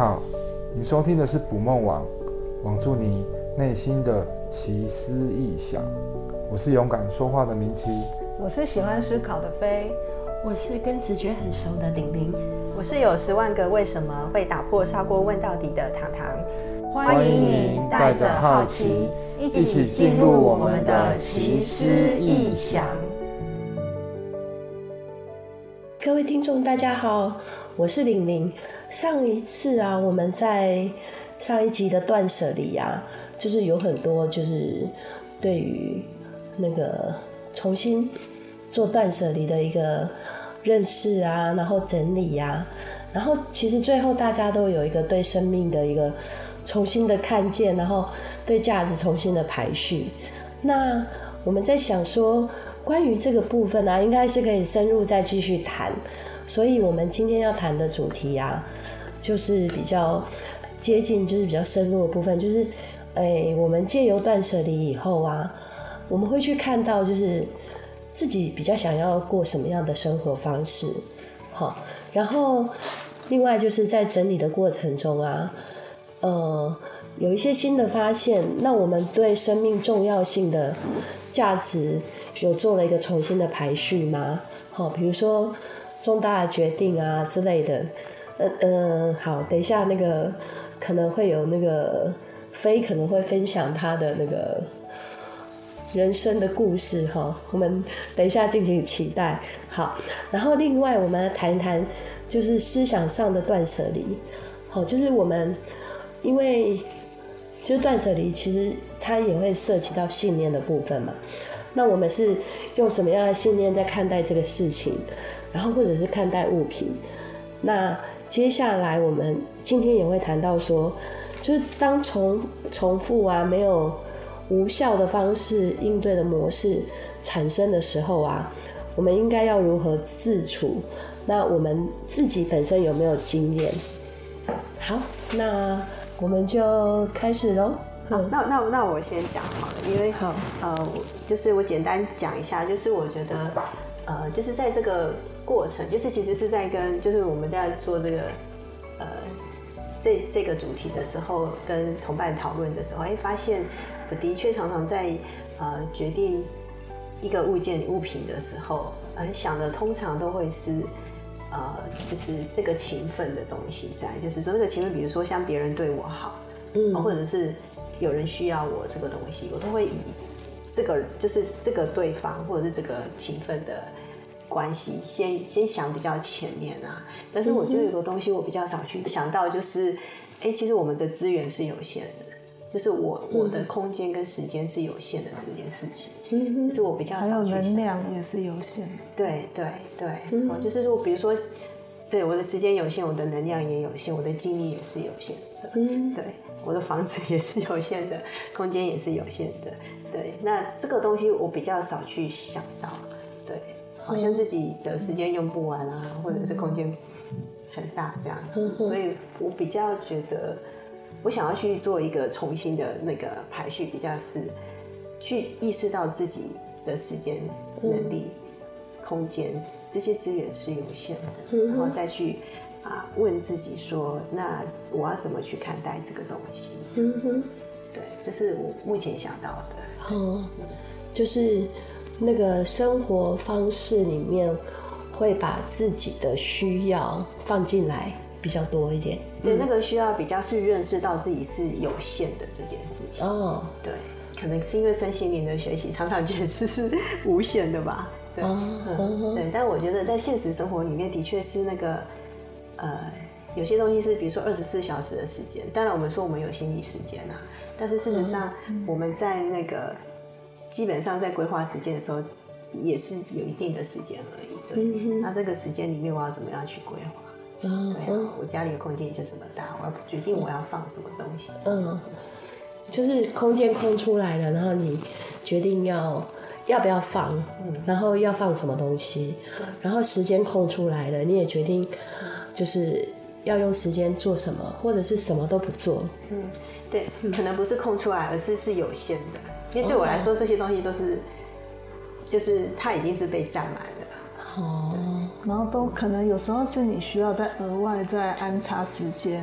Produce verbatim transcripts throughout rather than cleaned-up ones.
好，你收听的是捕梦网，网住你内心的奇思异想。我是勇敢说话的明奇， 我是喜欢思考的飞， 我是跟直觉很熟的玲玲， 我是有十万个为什么会打破砂锅问到底的糖糖。 欢迎你带着好奇，一起进入我们的奇思异想。 各位听众大家好，我是玲玲。上一次啊，我们在上一集的断舍离啊，就是有很多就是对于那个重新做断舍离的一个认识啊，然后整理啊，然后其实最后大家都有一个对生命的一个重新的看见，然后对价值重新的排序。那我们在想说，关于这个部分啊，应该是可以深入再继续谈。所以我们今天要谈的主题啊，就是比较接近，就是比较深入的部分，就是，哎，我们借由断舍离以后啊，我们会去看到，就是自己比较想要过什么样的生活方式，好，然后另外就是在整理的过程中啊，呃，有一些新的发现，那我们对生命重要性的价值有做了一个重新的排序吗？好，比如说重大的决定啊之类的，嗯、呃、嗯，好，等一下那个可能会有那个飞可能会分享他的那个人生的故事哈，我们等一下敬请期待。好，然后另外我们来谈一谈就是思想上的断舍离。好，就是我们因为就是断舍离，其实它也会涉及到信念的部分嘛。那我们是用什么样的信念在看待这个事情？然后或者是看待物品。那接下来我们今天也会谈到说，就是当重重复啊没有无效的方式应对的模式产生的时候啊，我们应该要如何自处？那我们自己本身有没有经验？好，那我们就开始咯。 好，那那那我先讲好了，因为好呃，就是我简单讲一下，就是我觉得呃，就是在这个过程，就是其实是在跟就是我们在做这个呃这这个主题的时候，跟同伴讨论的时候，哎，发现我的确常常在呃决定一个物件物品的时候，呃想的通常都会是呃就是这个情分的东西在，就是说这个情分，比如说像别人对我好，嗯，或者是有人需要我这个东西，我都会以这个就是这个对方或者是这个情分的关系先先想比较前面啊。但是我觉得有个东西我比较少去想到，就是哎、欸，其实我们的资源是有限的，就是我我的空间跟时间是有限的这件事情，嗯，是我比较少去想。 还有能量也是有限的。 对对对，嗯，就是说，比如说，对我的时间有限，我的能量也有限，我的精力也是有限的，嗯，对，我的房子也是有限的，空间也是有限的，对，那这个东西我比较少去想到，对，好像自己的时间用不完啊，或者是空间很大这样子，所以我比较觉得，我想要去做一个重新的那个排序，比较是去意识到自己的时间、能力、空间这些资源是有限的，然后再去啊问自己说，那我要怎么去看待这个东西？嗯哼，对，这是我目前想到的。 哦，就是那个生活方式里面会把自己的需要放进来比较多一点。 对，那个需要比较是认识到自己是有限的这件事情。哦，对，可能是因为身心灵的学习，常常觉得这是无限的吧。对，嗯嗯、对，但我觉得在现实生活里面，的确是那个，呃，有些东西是，比如说二十四小时的时间。当然，我们说我们有心理时间啊，但是事实上，嗯、我们在那个基本上在规划时间的时候，也是有一定的时间而已。对，嗯、那这个时间里面，我要怎么样去规划？嗯、对啊，我家里的空间也就这么大，我要决定我要放什么东西。嗯， 就是空间空出来了，然后你决定要。要不要放，嗯、然后要放什么东西，然后时间空出来了，你也决定就是要用时间做什么，或者是什么都不做。 嗯，对，可能不是空出来，而是是有限的。因为对我来说，这些东西都是，就是它已经是被占满了。 哦，然后都可能有时候是你需要再额外再安插时间，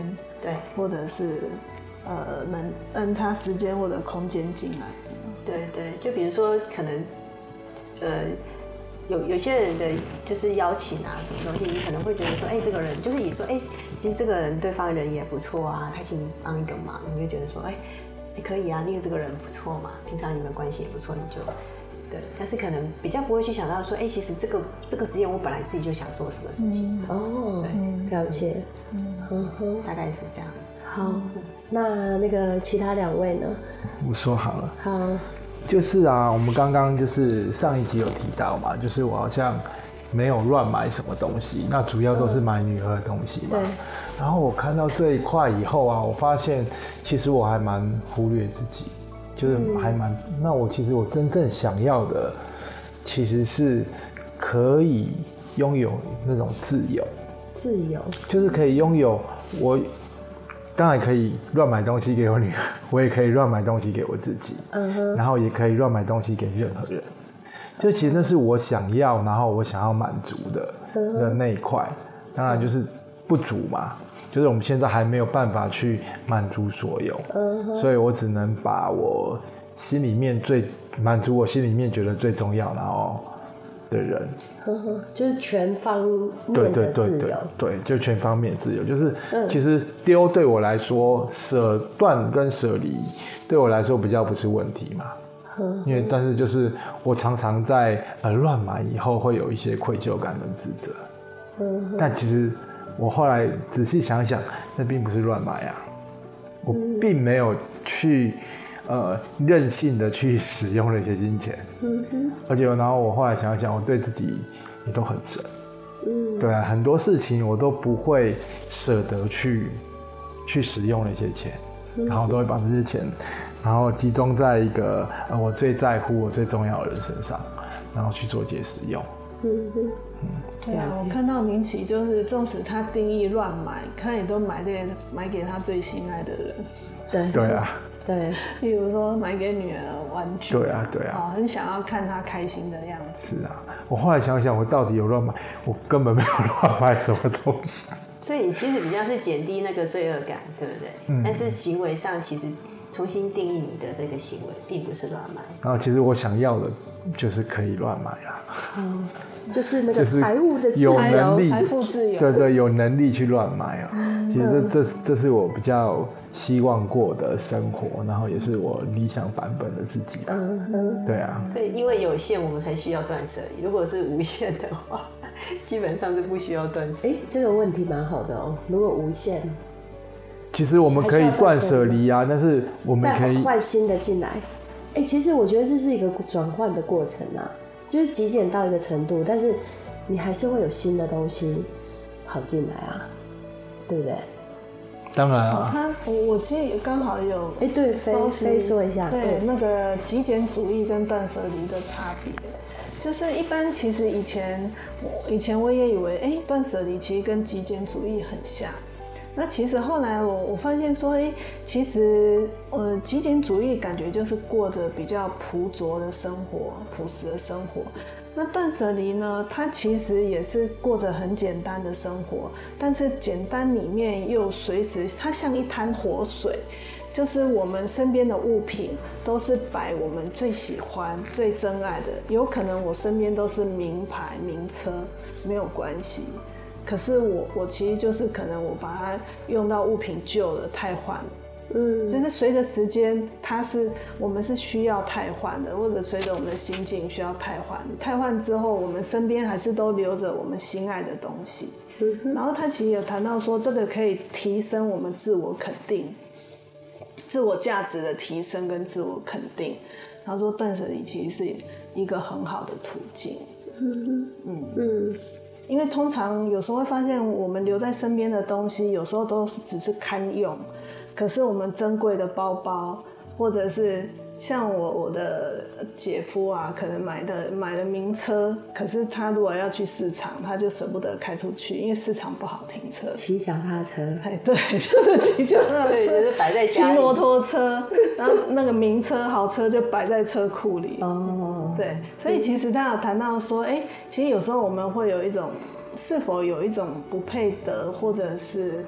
对， 或者是呃能安插时间或者空间进来。 对对，就比如说可能呃有有些人的就是邀请啊什么东西，你可能会觉得说，哎、欸，这个人就是你说，哎、欸，其实这个人对方人也不错啊，他请你帮一个忙，你就觉得说，哎、欸，你可以啊，因为这个人不错嘛，平常你们关系也不错，你就对。但是可能比较不会去想到说，哎、欸，其实这个这个时间我本来自己就想做什么事情。 嗯、哦，对，了解， 嗯哼哼，大概是这样子。 好，那那个其他两位呢？ 我说好了。 好。 就是啊，我们刚刚就是上一集有提到嘛，就是我好像没有乱买什么东西，那主要都是买女儿的东西嘛。 对。 然后我看到这一块以后啊，我发现其实我还蛮忽略自己，就是还蛮……嗯、那我其实我真正想要的，其实是可以拥有那种自由。 自由。就是可以拥有我。当然可以乱买东西给我女儿，我也可以乱买东西给我自己，嗯哼，然后也可以乱买东西给任何人。就其实那是我想要，然后我想要满足的的那一块。当然就是不足嘛，就是我们现在还没有办法去满足所有，嗯，所以我只能把我心里面最满足我心里面觉得最重要，然后的人， 呵呵，就是全方面的自由。对对对对， 对，就全方面自由。就是、嗯、其实丢对我来说，舍断跟舍离对我来说比较不是问题嘛。嗯、因为但是就是我常常在呃乱买以后会有一些愧疚感跟自责。嗯、但其实我后来仔细想想，那并不是乱买啊，我并没有去。呃，任性的去使用那些金钱，嗯哼，而且然后我后来想想，我对自己也都很省，嗯，对啊，很多事情我都不会舍得去去使用那些钱，嗯、然后都会把这些钱，然后集中在一个呃我最在乎、我最重要的人身上，然后去做这些使用，嗯哼，嗯，对啊，我看到明启就是，纵使他定义乱买，他也都买给买给他最心爱的人， 对， 对啊。 对， 例如说买给女儿玩具， 对啊，对啊， 哦，很想要看她开心的样子。 是啊，我后来想想，我到底有乱买？我根本没有乱买什么东西。 所以你其实比较是减低那个罪恶感，对不对？嗯。但是行为上其实重新定义你的这个行为，并不是乱买。 然后其实我想要的就是可以乱买啦。 嗯，就是那个财务的自由，有能力， 财富自由， 对对，有能力去乱买啊。嗯、其实这这这是我比较希望过的生活，然后也是我理想版本的自己。嗯嗯，对啊。 所以因为有限，我们才需要断舍离。如果是无限的话，基本上是不需要断舍离。 哎，这个问题蛮好的哦。如果无限， 其实我们可以断舍离啊，但是我们可以再换新的进来。哎，其实我觉得这是一个转换的过程啊。就是极简到一个程度，但是你还是会有新的东西跑进来啊，对不对？ 当然啊。 他我我其实也刚好有哎，对，飞飞说一下， 对、嗯、那个极简主义跟断舍离的差别，就是一般其实以前我以前我也以为，哎，断舍离其实跟极简主义很像。那其实后来我我发现说，哎，其实呃，极简主义感觉就是过着比较朴拙的生活、朴实的生活。那断舍离呢，它其实也是过着很简单的生活，但是简单里面又随时，它像一滩活水，就是我们身边的物品都是摆我们最喜欢、最珍爱的。有可能我身边都是名牌、名车，没有关系。可是我我其实就是可能我把它用到物品旧了太换了，嗯，就是随着时间，它是我们是需要汰换的，或者随着我们的心境需要汰换。汰换之后，我们身边还是都留着我们心爱的东西。嗯、然后他其实有谈到说，这个可以提升我们自我肯定、自我价值的提升跟自我肯定。他说断舍离其实是一个很好的途径。嗯嗯嗯。因为通常有时候会发现，我们留在身边的东西，有时候都只是堪用。可是我们珍贵的包包，或者是像我我的姐夫啊，可能买的买了名车，可是他如果要去市场，他就舍不得开出去，因为市场不好停车。 骑脚踏车， 哎，对，就是骑脚踏车， 对，就是摆在家里。 骑摩托车，然后那个名车、豪车就摆在车库里。哦，对，所以其实他有谈到说，哎，其实有时候我们会有一种，是否有一种不配得，或者是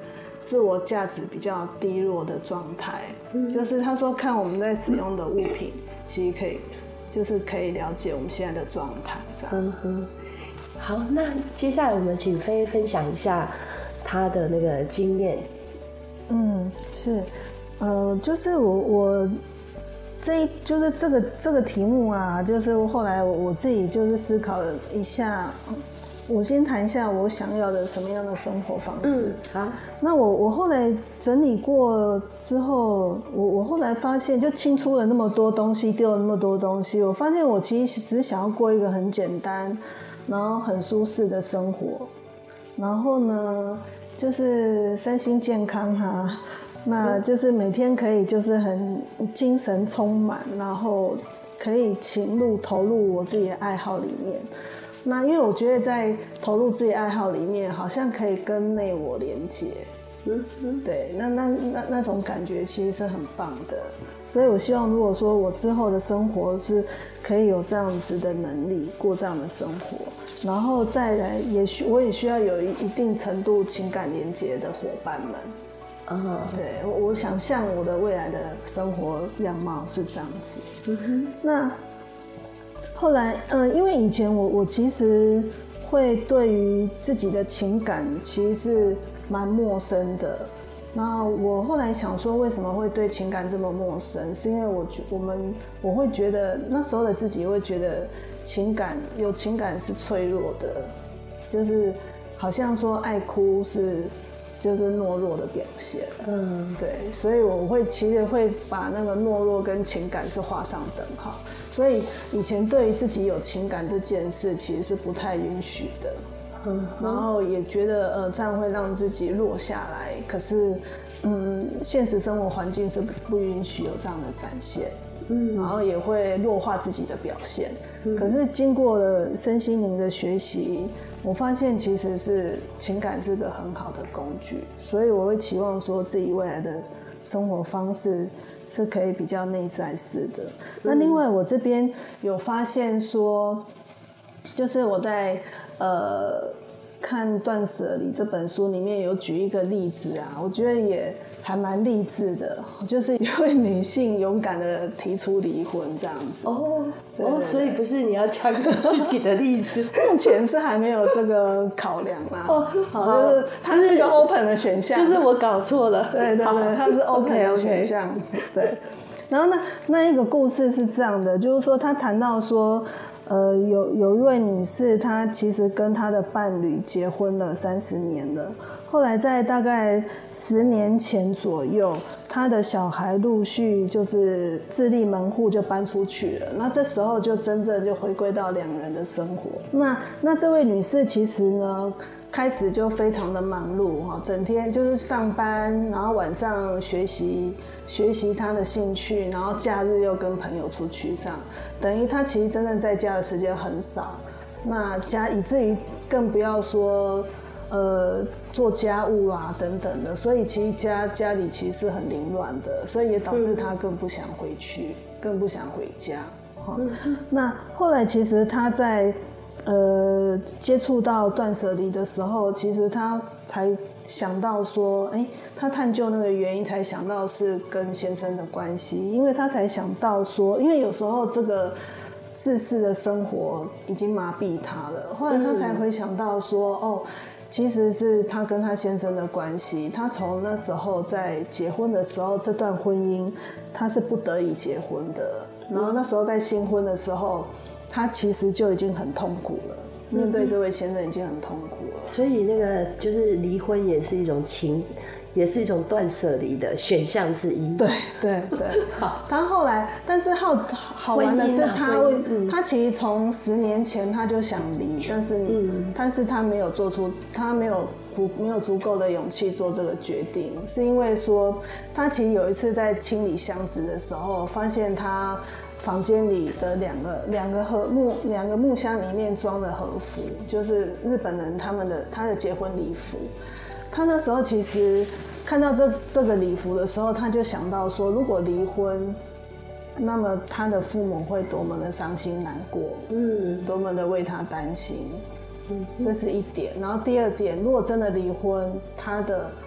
自我价值比较低落的状态。嗯，就是他说看我们在使用的物品，其实可以就是可以了解我们现在的状态。这样。嗯哼。 好，那接下来我们请菲分享一下她的那个经验。 嗯，是，呃，就是我我这一就是这个这个题目啊，就是后来我我自己就是思考了一下。我先谈一下我想要的什么样的生活方式。 嗯，好。 那我我后来整理过之后，我我后来发现，就清出了那么多东西，丢了那么多东西，我发现我其实只是想要过一个很简单，然后很舒适的生活。然后呢，就是身心健康哈、啊，那就是每天可以就是很精神充满，然后可以倾入投入我自己的爱好里面。那因为我觉得在投入自己爱好里面，好像可以跟内我连接，嗯嗯，对，那那那那种感觉其实是很棒的。所以我希望，如果说我之后的生活是可以有这样子的能力过这样的生活，然后再来也需我也需要有一定程度情感连接的伙伴们。嗯，对，我我想象我的未来的生活样貌是这样子。嗯哼，那。后来，嗯，因为以前我我其实会对于自己的情感其实是蛮陌生的。那我后来想说，为什么会对情感这么陌生？是因为我觉我们我会觉得那时候的自己会觉得情感有情感是脆弱的，就是好像说爱哭是就是懦弱的表现。嗯，对，所以我会其实会把那个懦弱跟情感是画上等号。所以以前对于自己有情感这件事，其实是不太允许的，嗯，然后也觉得呃这样会让自己弱下来。可是，嗯，现实生活环境是不允许有这样的展现，嗯，然后也会弱化自己的表现。嗯，可是经过了身心灵的学习，我发现其实是情感是个很好的工具，所以我会期望说自己未来的生活方式是可以比较内在式的。那另外我这边有发现说，就是我在呃看《断舍离》这本书里面有举一个例子啊，我觉得也还蛮励志的，就是一位女性勇敢的提出离婚这样子。 哦，对对对哦，所以不是你要讲自己的例子， 目前是还没有这个考量啦。哦，好，就是它是一个 open 的选项， 就是我搞错了。 对对对，它是 open 的选项。对，然后那那一个故事是这样的，就是说他谈到说。呃，有有一位女士，她其实跟她的伴侣结婚了三十年了。后来在大概十年前左右，她的小孩陆续就是自立门户就搬出去了。那这时候就真正就回归到两人的生活。那那这位女士其实呢，开始就非常的忙碌哈，整天就是上班，然后晚上学习学习她的兴趣，然后假日又跟朋友出去这样，等于她其实真正在家的时间很少。那家以至于更不要说呃做家务啊等等的，所以其实家家里其实是很凌乱的，所以也导致她更不想回去，嗯、更不想回家。嗯、那后来其实她在。呃，接触到断舍离的时候，其实他才想到说，哎、欸，他探究那个原因，才想到是跟先生的关系，因为他才想到说，因为有时候这个世事的生活已经麻痹他了，后来他才会想到说，哦，其实是他跟他先生的关系，他从那时候在结婚的时候，这段婚姻他是不得已结婚的，然后那时候在新婚的时候。他其实就已经很痛苦了，面对这位先生已经很痛苦了。 所以那个就是离婚也是一种情，也是一种断舍离的选项之一。 对对对。好，他后来，但是好好玩的是他，他、嗯、他其实从十年前他就想离，但是、嗯、但是他没有做出，他没有不没有足够的勇气做这个决定，是因为说他其实有一次在清理箱子的时候，发现他。房间里的两个两个和木两个木箱里面装的和服，就是日本人他们的他的结婚礼服。他那时候其实看到这这个礼服的时候，他就想到说，如果离婚，那么他的父母会多么的伤心难过，嗯，多么的为他担心，嗯，这是一点。然后第二点，如果真的离婚，他的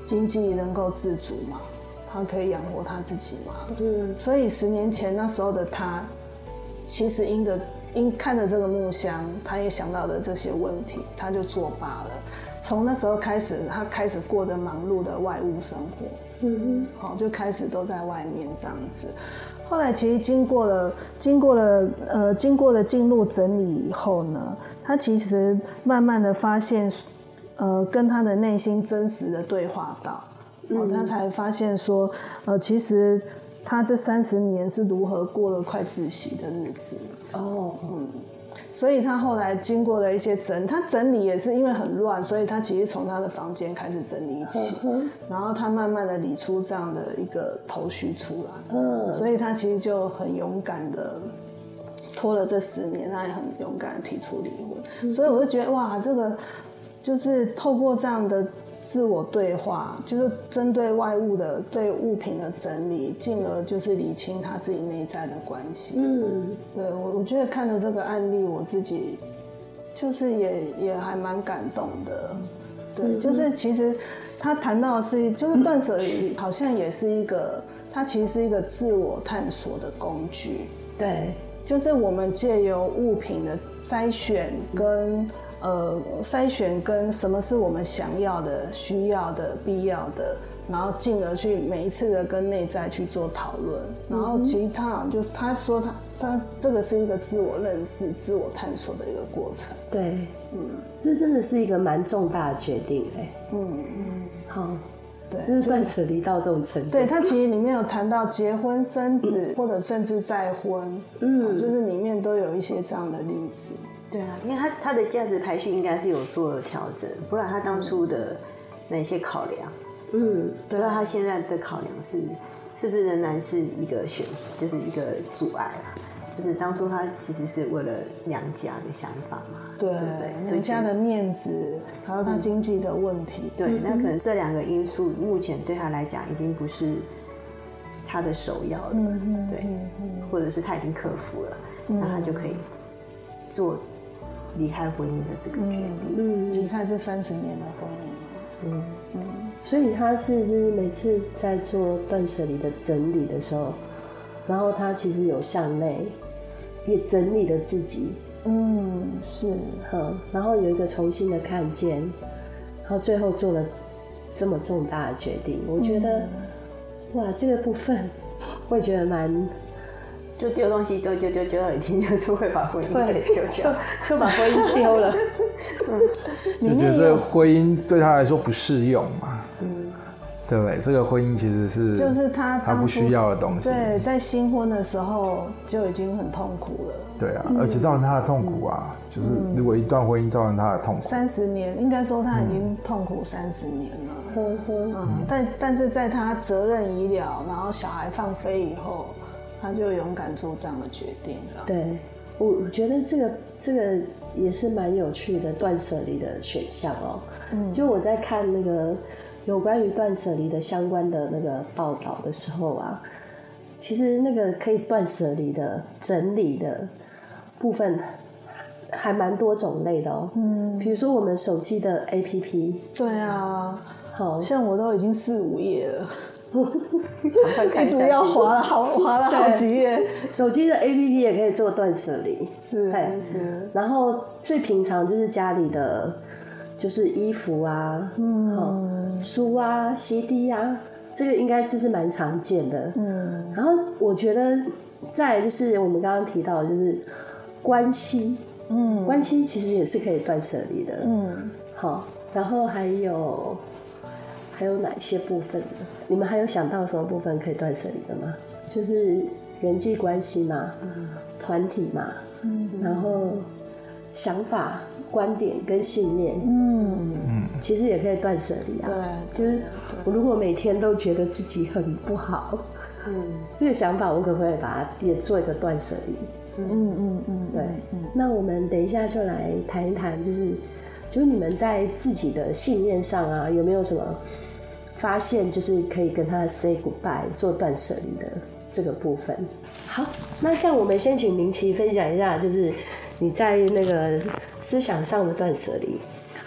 经济能够自主嘛，他可以养活他自己嘛。嗯，所以十年前那时候的他，其实因着因看着这个木箱，他也想到了这些问题，他就作罢了。从那时候开始，他开始过着忙碌的外务生活。嗯哼，好，就开始都在外面这样子。后来其实经过了经过了呃经过了进入整理以后呢，他其实慢慢的发现，呃，跟他的内心真实的对话到，哦，他才发现说，呃，其实他这三十年是如何过了快窒息的日子。哦，嗯。所以他后来经过了一些整，他整理也是因为很乱，所以他其实从他的房间开始整理起，然后他慢慢的理出这样的一个头绪出来，嗯，所以他其实就很勇敢的拖了这十年，他也很勇敢的提出离婚，所以我就觉得哇，这个就是透过这样的自我对话，就是针对外物的对物品的整理，进而就是理清他自己内在的关系。嗯，对我我觉得看了这个案例，我自己就是也也还蛮感动的。对，嗯、就是其实他谈到的是，就是断舍离好像也是一个，它其实是一个自我探索的工具。 对， 就是我们借由物品的筛选跟。呃，筛选跟什么是我们想要的、需要的、必要的，然后进而去每一次的跟内在去做讨论。然后其实他好像就是他说他他这个是一个自我认识、自我探索的一个过程。 对，嗯，这真的是一个蛮重大的决定哎。嗯嗯，好，对，就是断舍离到这种程度。 对，他其实里面有谈到结婚、生子，或者甚至再婚，嗯，就是里面都有一些这样的例子。 对啊，因为他他的价值排序应该是有做调整，不然他当初的那些考量，嗯，不知道他现在的考量是是不是仍然是一个选项，就是一个阻碍啊。就是当初他其实是为了娘家的想法嘛， 对对对，娘家的面子，还有他经济的问题， 嗯、对，那可能这两个因素目前对他来讲已经不是他的首要了，嗯、对、嗯，或者是他已经克服了，嗯、那他就可以做。离开婚姻的这个决定， 嗯，离开这三十年的婚姻， 嗯嗯，所以他是就是每次在做断舍离的整理的时候，然后他其实有向内也整理了自己， 嗯，是， 嗯，然后有一个重新的看见，然后最后做了这么重大的决定，我觉得，嗯、哇，这个部分我也觉得蛮。 就丢东西丢丢丢丢到一天，就是会把婚姻给丢掉， 就就把婚姻丢了。 嗯，就觉得婚姻对他来说不适用嘛。嗯，对不对？这个婚姻其实是就是他他不需要的东西。 对，在新婚的时候就已经很痛苦了。 对啊，嗯、而且造成他的痛苦啊，嗯、就是如果一段婚姻造成他的痛苦， 三十年，应该说他已经痛苦三十年了。嗯嗯，但但是在他责任已了，然后小孩放飞以后。他就勇敢做这样的决定了。 对，我我觉得这个这个也是蛮有趣的断舍离的选项哦。嗯，就我在看那个有关于断舍离的相关的那个报道的时候啊，其实那个可以断舍离的整理的部分还蛮多种类的哦。嗯，比如说我们手机的 A P P。 对啊，好像我都已经四五页了。 一直要滑了好滑了好几页， 手机的 A P P 也可以做断舍离， 是是。 然后最平常就是家里的，就是衣服啊，嗯，书啊、C D 啊，这个应该就是蛮常见的。嗯，然后我觉得再来就是我们刚刚提到的就是关系，嗯，关系其实也是可以断舍离的。嗯，好，然后还有。还有哪些部分呢？你们还有想到什么部分可以断舍离的吗？就是人际关系嘛，嗯、团体嘛，嗯、然后想法、观点跟信念，嗯嗯，其实也可以断舍离啊。对，就是我如果每天都觉得自己很不好，嗯，这个想法我可不可以把它也做一个断舍离？嗯嗯嗯，对。嗯，那我们等一下就来谈一谈，就是就是你们在自己的信念上啊，有没有什么？发现就是可以跟他 say goodbye 做断舍离的这个部分。好，那像我们先请明琦分享一下，就是你在那个思想上的断舍离。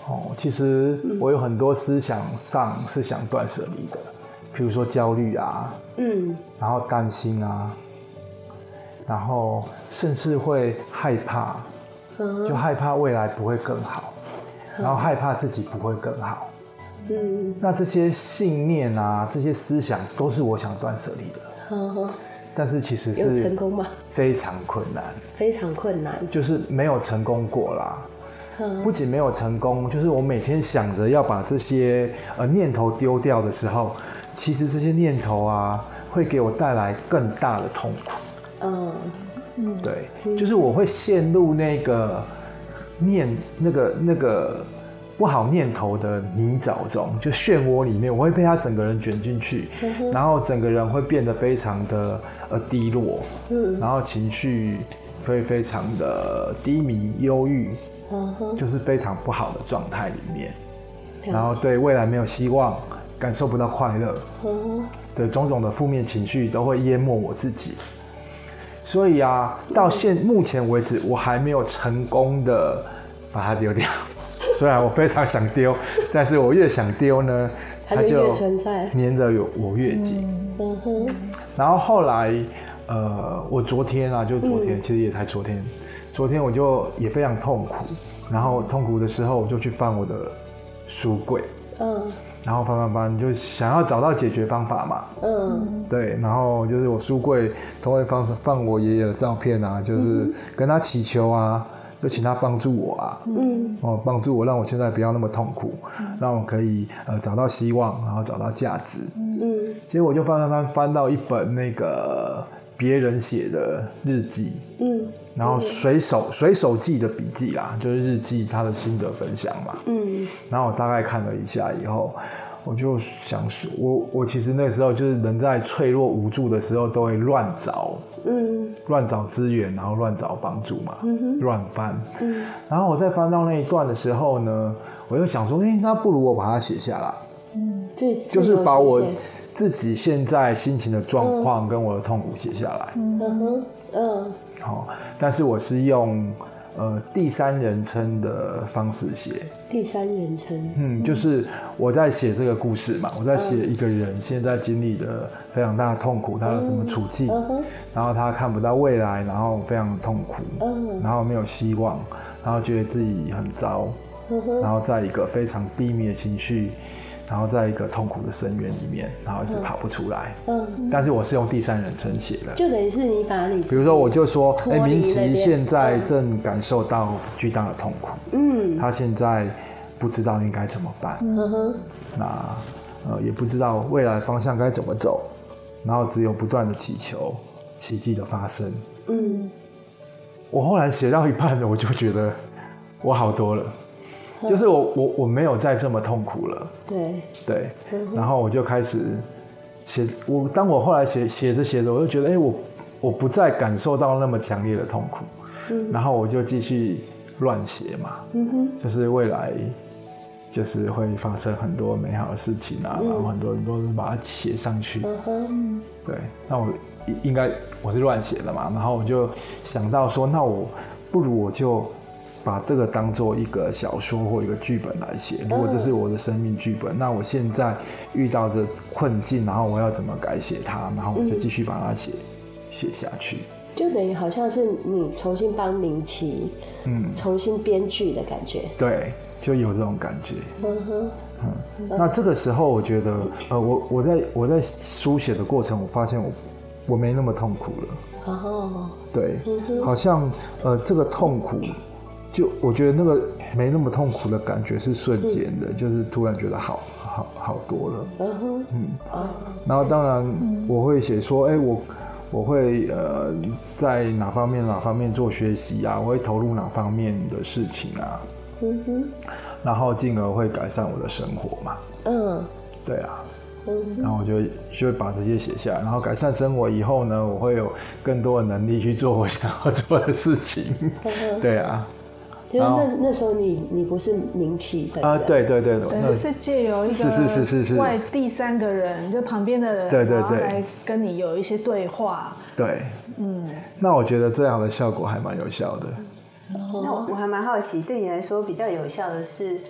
哦，其实我有很多思想上是想断舍离的，譬如说焦虑啊，嗯，然后担心啊，然后甚至会害怕，就害怕未来不会更好，然后害怕自己不会更好。嗯，那这些信念啊，这些思想都是我想断舍离的。嗯，但是其实是有成功吗？ 非常困难， 非常困难， 就是没有成功过啦。嗯，不仅没有成功，就是我每天想着要把这些呃念头丢掉的时候，其实这些念头啊，会给我带来更大的痛苦。嗯嗯，对，嗯，就是我会陷入那个念那个那个。不好念头的泥沼中，就漩涡里面，我会被他整个人卷进去，嗯，然后整个人会变得非常的呃低落，嗯，然后情绪会非常的低迷、忧郁，嗯，就是非常不好的状态里面，嗯，然后对未来没有希望，感受不到快乐，嗯，对种种的负面情绪都会淹没我自己。所以啊，到现目前为止，我还没有成功的把它丢掉。虽然我非常想丢，但是我越想丢呢， 它就越存在， 黏着我越紧。嗯哼。然后后来，呃，我昨天啊，就昨天，嗯，其实也才昨天，昨天我就也非常痛苦，然后痛苦的时候，我就去翻我的书柜，嗯，然后翻翻翻，就想要找到解决方法嘛，嗯，对，然后就是我书柜都会放放我爷爷的照片啊，就是跟他祈求啊。就请他帮助我啊，嗯，哦，帮助我，让我现在不要那么痛苦，嗯，让我可以呃找到希望，然后找到价值，嗯，结果我就翻翻翻翻到一本那个别人写的日记，嗯，然后随手随手记的笔记啦，就是日记他的心得分享嘛，嗯，然后我大概看了一下以后，我就想说，我我其实那时候就是人在脆弱无助的时候都会乱找，嗯，乱找资源，然后乱找帮助嘛，嗯，乱翻，嗯，然后我在翻到那一段的时候呢，我就想说，哎，欸，那不如我把它写下来，嗯，就是把我自己现在心情的状况跟我的痛苦写下来，嗯哼，嗯，好，但是我是用呃第三人称的方式写。 第三人称， 嗯，就是我在写这个故事嘛，我在写一个人现在经历的非常大的痛苦，他的什么处境，嗯，然后他看不到未来，然后非常痛苦，嗯，然后没有希望，然后觉得自己很糟，嗯，然后在一个非常低迷的情绪，然后在一个痛苦的深渊里面，然后一直爬不出来，嗯，但是我是用第三人称写的， 就等于是你把你， 比如说我就说，哎，明琦现在正感受到巨大的痛苦，嗯，他现在不知道应该怎么办，嗯哼，那呃也不知道未来的方向该怎么走，然后只有不断的祈求奇迹的发生，嗯，我后来写到一半，我就觉得我好多了。就是我我我没有再这么痛苦了， 对对，然后我就开始写，我当我后来写写着写着，我就觉得，哎、欸，我我不再感受到那么强烈的痛苦，嗯，然后我就继续乱写嘛，嗯哼，就是未来就是会发生很多美好的事情啊，嗯、然后很多人都是把它写上去，嗯哼，对，那我应该我是乱写的嘛，然后我就想到说，那我不如我就把这个当做一个小说或一个剧本来写。如果这是我的生命剧本，那我现在遇到的困境，然后我要怎么改写它，然后我就继续把它写写下去。 就等于好像是你重新帮明琦，嗯，重新编剧的感觉。 对，就有这种感觉。嗯哼，嗯。那这个时候，我觉得，呃，我我在我在书写的过程，我发现我我没那么痛苦了。哦。对，嗯、好像呃，这个痛苦。就我觉得那个没那么痛苦的感觉是瞬间的，嗯、就是突然觉得好好好多了。嗯哼，嗯，啊、然后当然我会写说，哎、欸，我我会呃在哪方面哪方面做学习啊，我会投入哪方面的事情啊。嗯哼，然后进而会改善我的生活嘛。嗯，对啊。然后我就就会把这些写下来，然后改善生活以后呢，我会有更多的能力去做我想要做的事情。对啊。 就是那那时候你你不是明琦的啊，对对对， 对，是借由一个是是是是是外第三个人，就旁边的人， 对对对， 来跟你有一些对话。 对，嗯，那我觉得这样的效果还蛮有效的。 那我还蛮好奇，对你来说比较有效的是，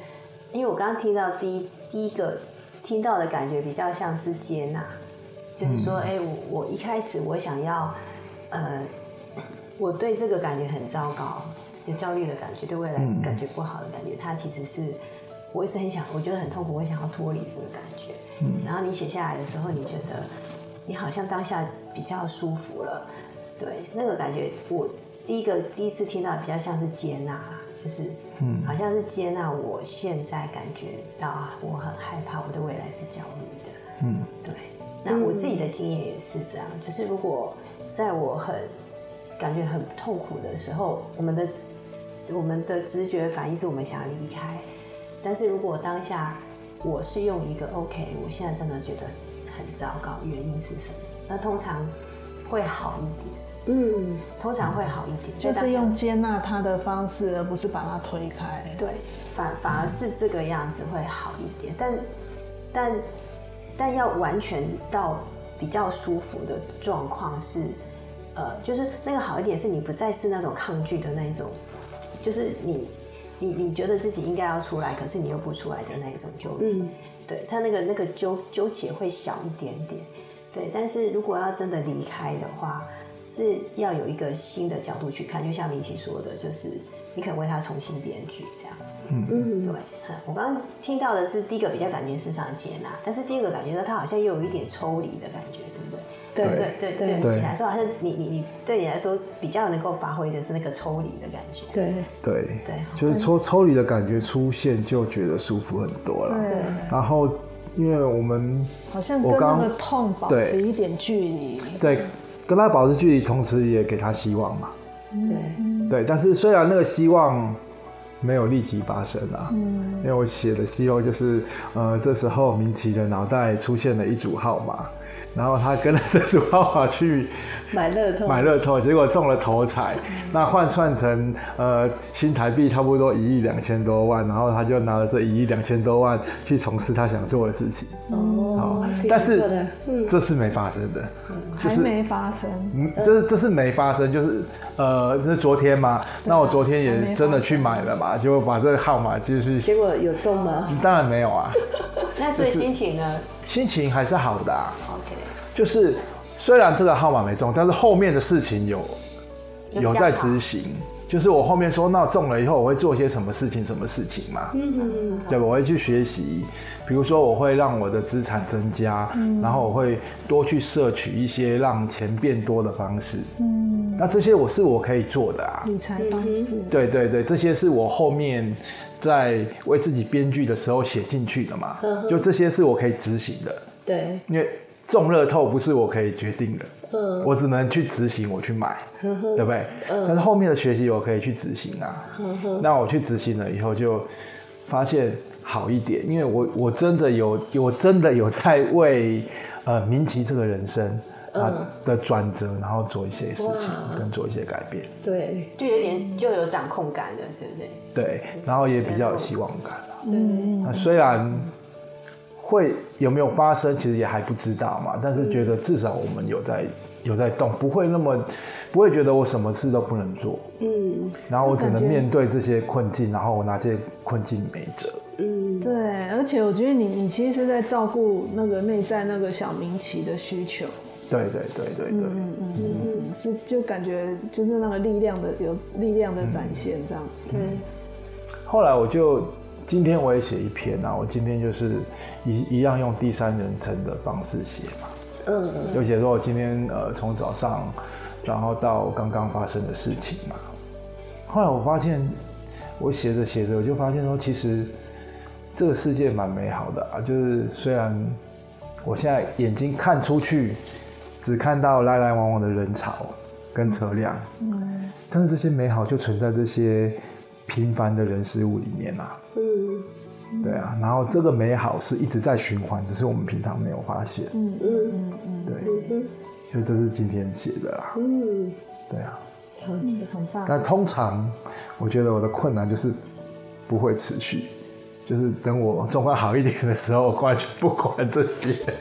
因为我刚刚听到第一第一个听到的感觉比较像是接纳，就是说，哎、嗯欸，我我一开始我想要，呃，我对这个感觉很糟糕，有焦虑的感觉，对未来感觉不好的感觉，它其实是我一直很想，我觉得很痛苦，我想要脱离这个感觉。嗯，然后你写下来的时候，你觉得你好像当下比较舒服了，对，那个感觉，我第一个第一次听到比较像是接纳，就是嗯，好像是接纳我现在感觉到我很害怕，我对未来是焦虑的，嗯，对。那我自己的经验也是这样，就是如果在我很感觉很痛苦的时候，我们的我们的直觉反应是我们想要离开，但是如果当下我是用一个 OK， 我现在真的觉得很糟糕，原因是什么？那通常会好一点。嗯，通常会好一点， 就是用接纳他的方式，而不是把他推开。 对，反反而是这个样子会好一点，但但但要完全到比较舒服的状况是，呃，就是那个好一点是你不再是那种抗拒的那一种，就是你你你觉得自己应该要出来，可是你又不出来的那一种纠结。嗯，对，他那个那个纠纠结会小一点点，对，但是如果要真的离开的话。是要有一个新的角度去看，就像明琪说的，就是你可能为他重新编剧这样子。嗯，对。我刚刚听到的是第一个比较感觉市场接纳，但是第二个感觉到他好像又有一点抽离的感觉，对不对？对对对对，对你来说好像你你你对你来说比较能够发挥的是那个抽离的感觉。 对对对，就是抽抽离的感觉出现，就觉得舒服很多了。对，然后因为我们好像跟那个痛保持一点距离。 对。跟他保持距离，同时也给他希望嘛。对对，但是虽然那个希望没有立即发生啊，嗯，因为我写的希望就是，呃，这时候明琪的脑袋出现了一组号码，然后他跟着这组号码去买乐透， 买乐透，结果中了头彩，那换算成呃新台币差不多一亿两千多万，然后他就拿了这一亿两千多万去从事他想做的事情。哦，但是这是没发生的， 还没发生， 嗯，这这是没发生，就是呃，是昨天嘛，那我昨天也真的去买了嘛，就把这个号码就是， 结果有中吗？ 当然没有啊。 那所以心情呢？ 心情还是好的啊。 OK， 就是虽然这个号码没中，但是后面的事情有有在执行。就是我后面说，那中了以后我会做些什么事情，什么事情嘛？嗯，对吧？我会去学习，比如说我会让我的资产增加，嗯、然后我会多去摄取一些让钱变多的方式。嗯，那这些我是我可以做的啊， 理财方式。 对对对，这些是我后面在为自己编剧的时候写进去的嘛，嗯、就这些是我可以执行的。 对， 因为中乐透不是我可以决定的。嗯，我只能去执行，我去买，对不对？嗯，但是后面的学习我可以去执行啊。嗯、那我去执行了以后，就发现好一点，因为我我真的有，我真的有在为呃明琪这个人生啊、嗯、的转折，然后做一些事情，跟做一些改变。 对， 就有点就有掌控感了，对不对？ 对，然后也比较有希望感了。嗯，那虽然会有没有发生，其实也还不知道嘛。但是觉得至少我们有在有在动，不会那么不会觉得我什么事都不能做。嗯，然后我只能面对这些困境，然后我拿这些困境没辙。 嗯，对，而且我觉得你你其实是在照顾那个内在那个小明琪的需求。 对对对对对，嗯嗯嗯，是就感觉就是那个力量的有力量的展现这样子。对、嗯， 后来我就。今天我也写一篇啊，我今天就是一一样用第三人称的方式写嘛，嗯，就写说我今天呃从早上，然后到刚刚发生的事情嘛。后来我发现，我写着写着我就发现说，其实这个世界蛮美好的啊，就是虽然我现在眼睛看出去，只看到来来往往的人潮跟车辆，嗯，但是这些美好就存在这些平凡的人事物里面啊。嗯，对啊，然后这个美好是一直在循环，只是我们平常没有发现。嗯嗯嗯嗯，对，所以这是今天写的啦。嗯，对啊， 嗯，很棒。 但通常我觉得我的困难就是不会持续，就是等我状况好一点的时候，我完全不管这些。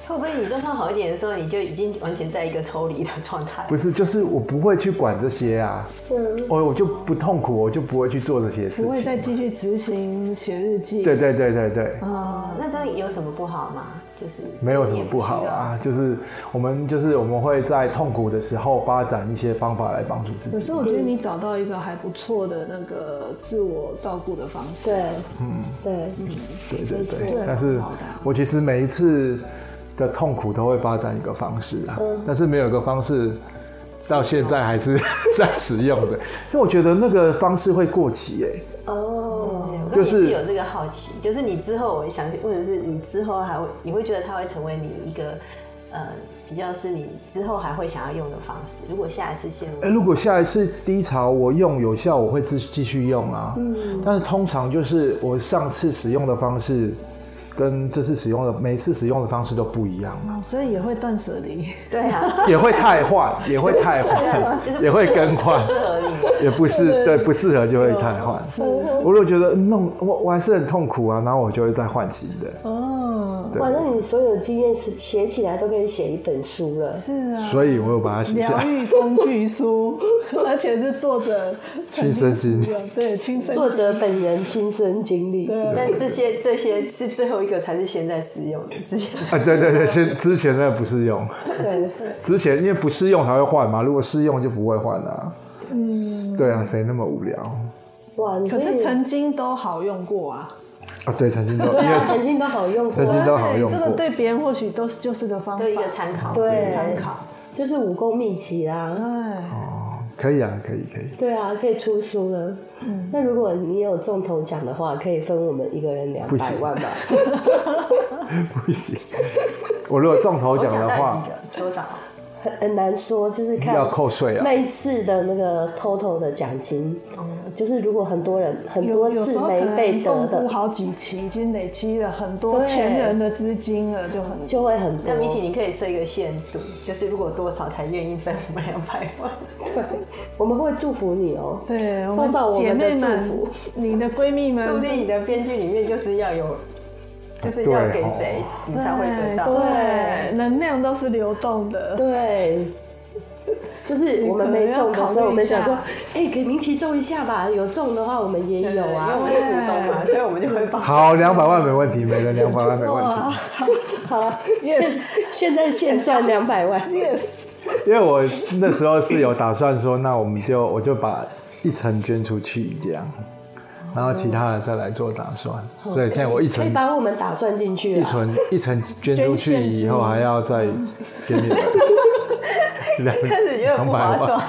会不会你状况好一点的时候，你就已经完全在一个抽离的状态？ 不是，就是我不会去管这些啊，嗯，我我就不痛苦，我就不会去做这些事情， 不会再继续执行写日记。 对对对对对。 哦，那这样有什么不好吗？就是没有什么不好啊，就是我们就是我们会在痛苦的时候发展一些方法来帮助自己。 可是我觉得你找到一个还不错的那个自我照顾的方式。 对， 嗯， 对， 嗯，对对对。但是我其实每一次的痛苦都会发展一个方式啊，嗯、但是没有一个方式到现在还是在使用的，因为我觉得那个方式会过期哎、 欸。哦，就是有这个好奇，就是你之后我想问的是，你之后还会，你会觉得它会成为你一个呃比较是你之后还会想要用的方式？如果下一次陷入， 哎、欸，如果下一次低潮我用有效，我会继继续用啊。嗯，但是通常就是我上次使用的方式跟这次使用的每次使用的方式都不一样嘛、 哦，所以也会断舍离。 对啊， 也会汰换，也会汰换，也会更换， 不适合你， 也不是对不适合就会汰换。我如果觉得弄我我还是很痛苦啊，然后我就会再换新的。 哦，哇，那你所有的经验写起来都可以写一本书了。 是啊， 所以我有把它写下来。 疗愈工具书，而且是作者亲身经历， 对，亲身作者本人亲身经历。 但这些这些是最后一个才是现在适用的，之前啊，对对对，先之前那不适用。对，之前因为不适用才会换嘛，如果适用就不会换啊。嗯，对啊，谁那么无聊？ 哇， 可是曾经都好用过啊。 啊，对，曾经都对啊，曾经都好用过， 曾经都好用过。 这个对别人或许都是就是个方法， 对一个参考， 对参考， 就是武功秘籍啦。 哎， 哦，可以啊，可以可以。 对啊，可以出书了。嗯，那如果你有中头奖的话，可以分我们一个人两百万吧？ 不行，我如果中头奖的话， 多少？ 很很难说，就是看要扣税啊。 那一次的那个 total 的奖金，嗯，就是如果很多人很多次没被得的， 好几期已经累积了很多前人的资金了，就很就会很多。 那米奇，你可以设一个限度，就是如果多少才愿意分我们两百万？ 对，我们会祝福你哦、喔。 对， 收到我们的祝福。 你的闺蜜们， 说不定你的编剧里面就是要有。就是要给谁，你才会得到。 对，能量都是流动的。 对，就是我们没中的时候，我们想说，哎、欸，给明奇中一下吧。有中的话，我们也有啊， 因为我们是股东嘛，所以我们就会帮。 好，两百万没问题，每人两百万没问题。 好 ，yes， 现在现赚两百万 ，yes。 因为我那时候是有打算说，那我们就我就把一层捐出去这样。然后其他的再来做打算，嗯、所以现在我一层可以把我们打算进去， 一层一层捐出去以后，还要再给你们两开始觉得不划算，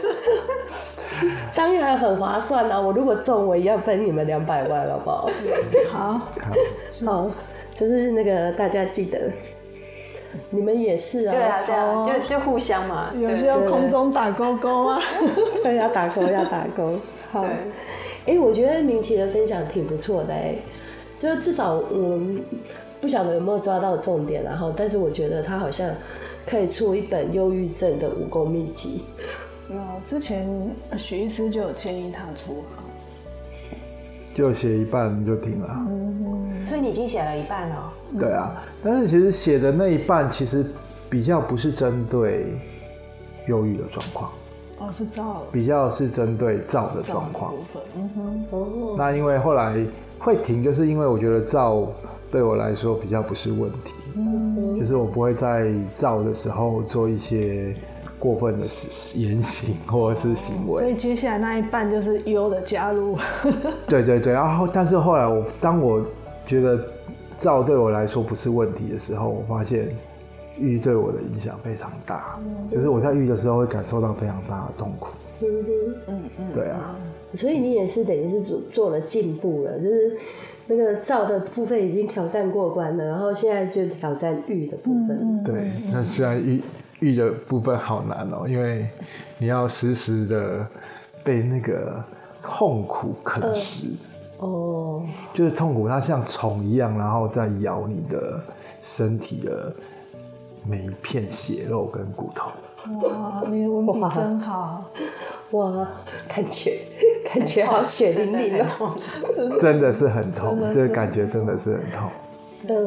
当然很划算啊！我如果中，我也要分你们两百万，好不好？ 好， 好，就是那个大家记得，你们也是啊， 对啊，对啊，就就互相嘛， 有需要空中打勾勾啊， 对，要打勾，要打勾，好。哎、欸，我觉得明奇的分享挺不错的哎、欸，就至少我不晓得有没有抓到重点，然后，但是我觉得他好像可以出一本忧郁症的武功秘籍。 有，之前许医师就有建议他出， 就写一半就停了。 嗯，所以你已经写了一半了。 对啊，但是其实写的那一半其实比较不是针对忧郁的状况。 哦，是躁， 比较是针对躁的状况。 嗯哼，哦。 那因为后来会停，就是因为我觉得躁对我来说比较不是问题，嗯，就是我不会在躁的时候做一些过分的言行或者是行为。 所以接下来那一半就是忧的加入。 对对对，然后但是后来我当我觉得躁对我来说不是问题的时候，我发现。郁对我的影响非常大，嗯、就是我在郁的时候会感受到非常大的痛苦。嗯哼，嗯嗯，对啊。 所以你也是等于是做做了进步了，就是那个躁的部分已经挑战过关了，然后现在就挑战郁的部分。 嗯、对，那虽然郁郁的部分好难哦、喔，因为你要时时的被那个痛苦啃食。呃、哦。就是痛苦，它像虫一样，然后再咬你的身体的。每一片血肉跟骨头。 哇，你的文笔真好。 哇，感觉感觉好血淋淋哦。 真的是很痛，这个感觉真的是很痛。 嗯，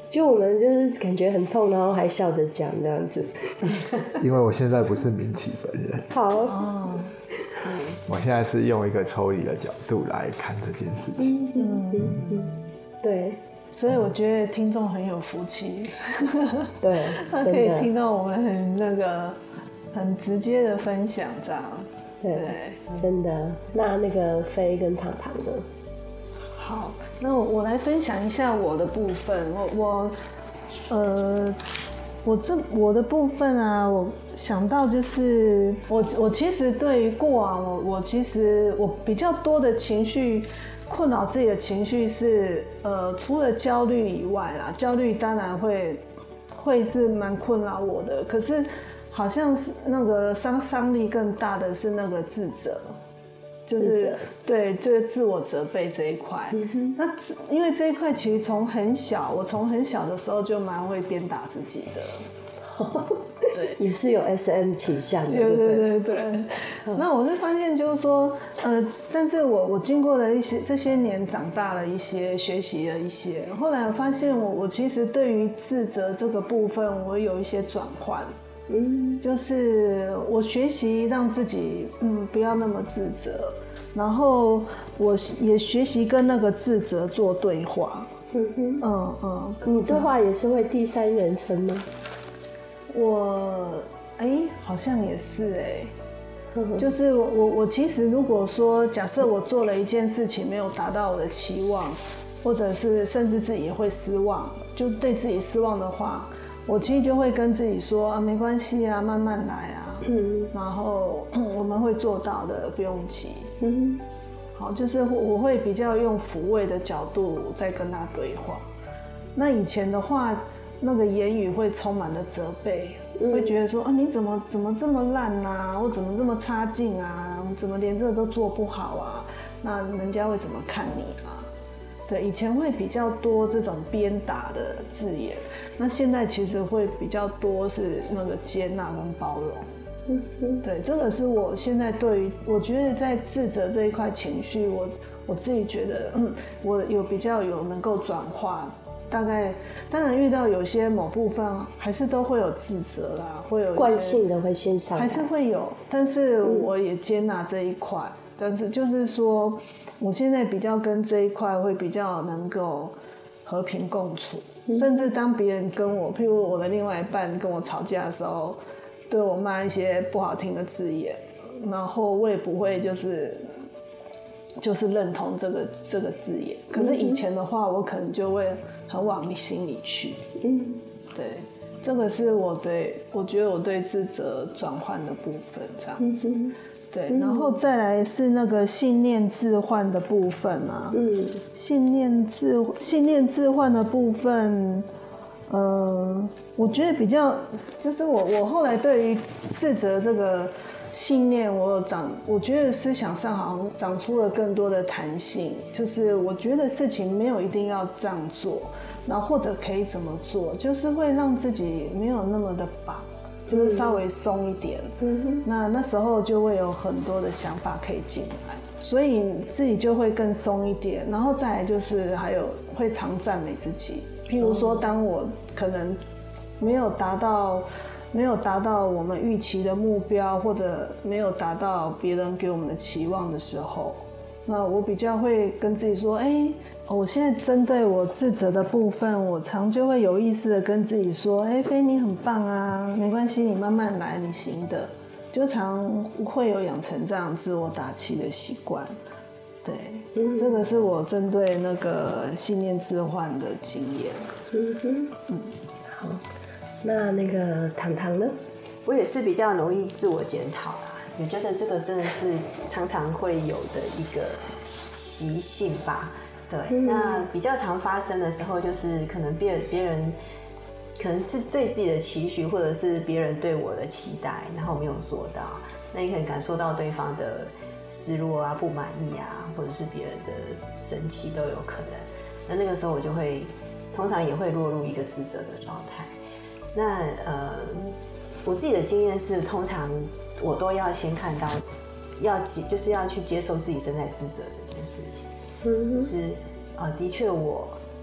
就我们就是感觉很痛，然后还笑着讲这样子。 因为我现在不是明启本人。 好。 哦， 我现在是用一个抽离的角度来看这件事情。 嗯嗯嗯嗯，对。 所以我觉得听众很有福气。 对， 他可以听到我们很那个很直接的分享，这样。 对，真的。那那个飞跟糖糖呢？ 好，那我我来分享一下我的部分。我我呃，我这我的部分啊，我想到就是我我其实对于过往我我其实我比较多的情绪困扰自己的情绪是呃，除了焦虑以外啦，焦虑当然会会是蛮困扰我的，可是好像是那个伤伤力更大的是那个自责。就是对，就是自我责备这一块。嗯、那因为这一块其实从很小，我从很小的时候就蛮会鞭打自己的。对， 也是有 S M 倾向的。 对对对对。嗯、那我是发现就是说，呃，但是我我经过了一些这些年长大了一些，学习了一些，后来我发现我我其实对于自责这个部分，我有一些转换。嗯，就是我学习让自己嗯不要那么自责，然后我也学习跟那个自责做对话。嗯哼，嗯嗯， 你对话也是会第三人称吗？ 我哎、欸，好像也是哎、欸，就是我我我其实如果说假设我做了一件事情没有达到我的期望，或者是甚至自己也会失望，就对自己失望的话。我其实就会跟自己说啊，没关系啊，慢慢来啊，嗯，然后我们会做到的，不用急，嗯，好，就是我会比较用抚慰的角度在跟他对话。那以前的话，那个言语会充满了责备，嗯、会觉得说啊，你怎么怎么这么烂啊，或怎么这么差劲啊，怎么连这个都做不好啊？那人家会怎么看你啊？对，以前会比较多这种鞭打的字眼，那现在其实会比较多是那个接纳跟包容。嗯嗯，对，这个是我现在对于我觉得在自责这一块情绪，我我自己觉得，嗯，我有比较有能够转化。大概当然遇到有些某部分还是都会有自责啦，会有惯性的会先上来， 还是会有，但是我也接纳这一块。嗯、但是就是说。我现在比较跟这一块会比较能够和平共处，嗯、甚至当别人跟我，譬如我的另外一半跟我吵架的时候，对我骂一些不好听的字眼，然后我也不会就是就是认同这个这个字眼。可是以前的话，我可能就会很往你心里去。嗯，对，这个是我对我觉得我对自责转换的部分，这样子。嗯对，然后再来是那个信念置换的部分啊。嗯，信念置信念置换的部分，呃，我觉得比较就是我我后来对于自责这个信念，我有长，我觉得思想上好像长出了更多的弹性。就是我觉得事情没有一定要这样做，然后或者可以怎么做，就是会让自己没有那么的绑。就是稍微松一点，嗯、那那时候就会有很多的想法可以进来，所以自己就会更松一点。然后再来就是还有会常赞美自己，譬如说当我可能没有达到没有达到我们预期的目标，或者没有达到别人给我们的期望的时候，那我比较会跟自己说，哎、欸。我现在针对我自责的部分，我常就会有意识的跟自己说：“哎、欸，飞你很棒啊，没关系，你慢慢来，你行的。”就常会有养成这样自我打气的习惯。对，嗯、这个是我针对那个信念置换的经验。 嗯哼，嗯，好，那那个糖糖呢？ 我也是比较容易自我检讨啦，我觉得这个真的是常常会有的一个习性吧。对，嗯、那比较常发生的时候，就是可能别人别人可能是对自己的期许，或者是别人对我的期待，然后没有做到，那你可能感受到对方的失落啊、不满意啊，或者是别人的生气都有可能。那那个时候我就会，通常也会落入一个自责的状态。那呃，我自己的经验是，通常我都要先看到，要就是要去接受自己正在自责这件事情。就是啊、呃，的确我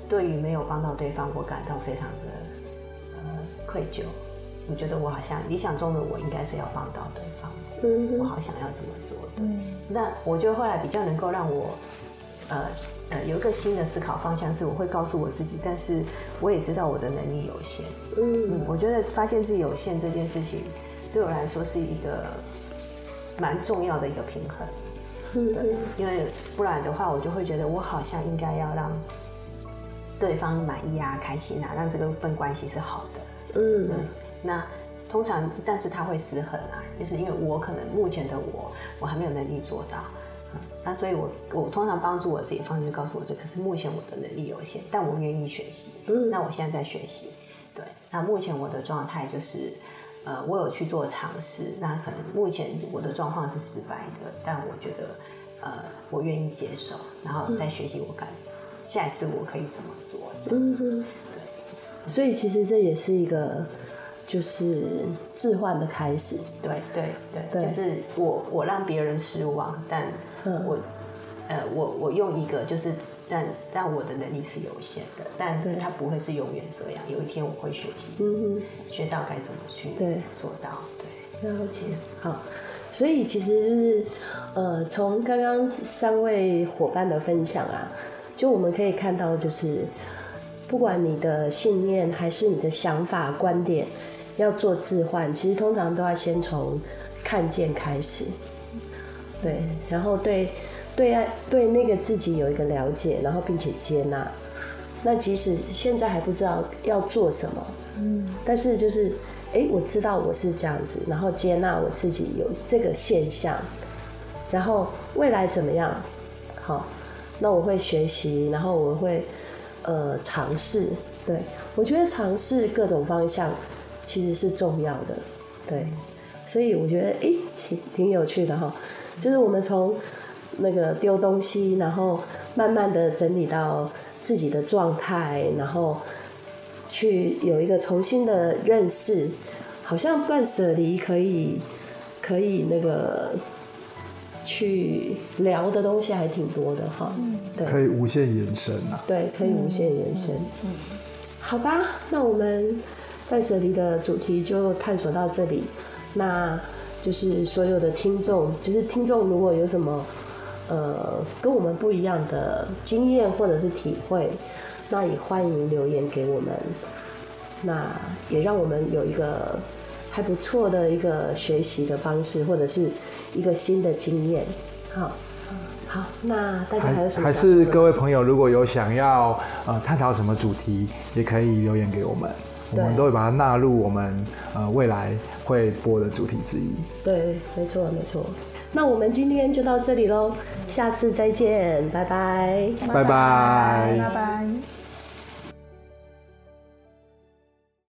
对于没有帮到对方，我感到非常的呃愧疚。我觉得我好像理想中的我应该是要帮到对方的，嗯、我好想要这么做的。嗯、那我觉得后来比较能够让我呃呃有一个新的思考方向，是我会告诉我自己，但是我也知道我的能力有限。嗯，嗯我觉得发现自己有限这件事情，对我来说是一个蛮重要的一个平衡。嗯、对，因为不然的话，我就会觉得我好像应该要让对方满意啊、开心啊，让这个份关系是好的。嗯，对。那通常，但是它会失衡啊，就是因为我可能目前的我，我还没有能力做到，嗯、那所以我我通常帮助我自己的方式，就告诉我这，可是目前我的能力有限，但我愿意学习，嗯、那我现在在学习，对，那目前我的状态就是，呃，我有去做尝试，那可能目前我的状况是失败的，但我觉得，呃，我愿意接受，然后再学习我感，嗯、下一次我可以怎么做，这样子，嗯、对， 所以其实这也是一个。就是置换的开始， 对对 对, 对，就是我我让别人失望，但我、嗯、呃我我用一个就是但但我的能力是有限的，但它不会是永远这样，有一天我会学习，嗯、学到该怎么去做到，对， 了解。好，所以其实就是呃从刚刚三位伙伴的分享啊，就我们可以看到，就是不管你的信念还是你的想法观点。要做置换，其实通常都要先从看见开始，对，然后对对爱对那个自己有一个了解，然后并且接纳。那即使现在还不知道要做什么，嗯，但是就是，哎，我知道我是这样子，然后接纳我自己有这个现象，然后未来怎么样？好，那我会学习，然后我会呃尝试，对，我觉得尝试各种方向。其实是重要的，对，所以我觉得哎，挺挺有趣的哈。就是我们从那个丢东西，然后慢慢的整理到自己的状态，然后去有一个重新的认识，好像断舍离可以可以那个去聊的东西还挺多的哈。嗯，对， 可以无限延伸啊。 对，可以无限延伸。嗯，嗯好吧，那我们。断舍离的主题就探索到这里，那就是所有的听众，就是听众如果有什么呃跟我们不一样的经验或者是体会，那也欢迎留言给我们，那也让我们有一个还不错的一个学习的方式，或者是一个新的经验。好，好，那大家还有什么？ 还是各位朋友如果有想要呃探讨什么主题，也可以留言给我们。我们都会把它纳入我们呃未来会播的主题之一。 对，没错没错。那我们今天就到这里咯，下次再见，拜拜， 拜拜， 拜拜。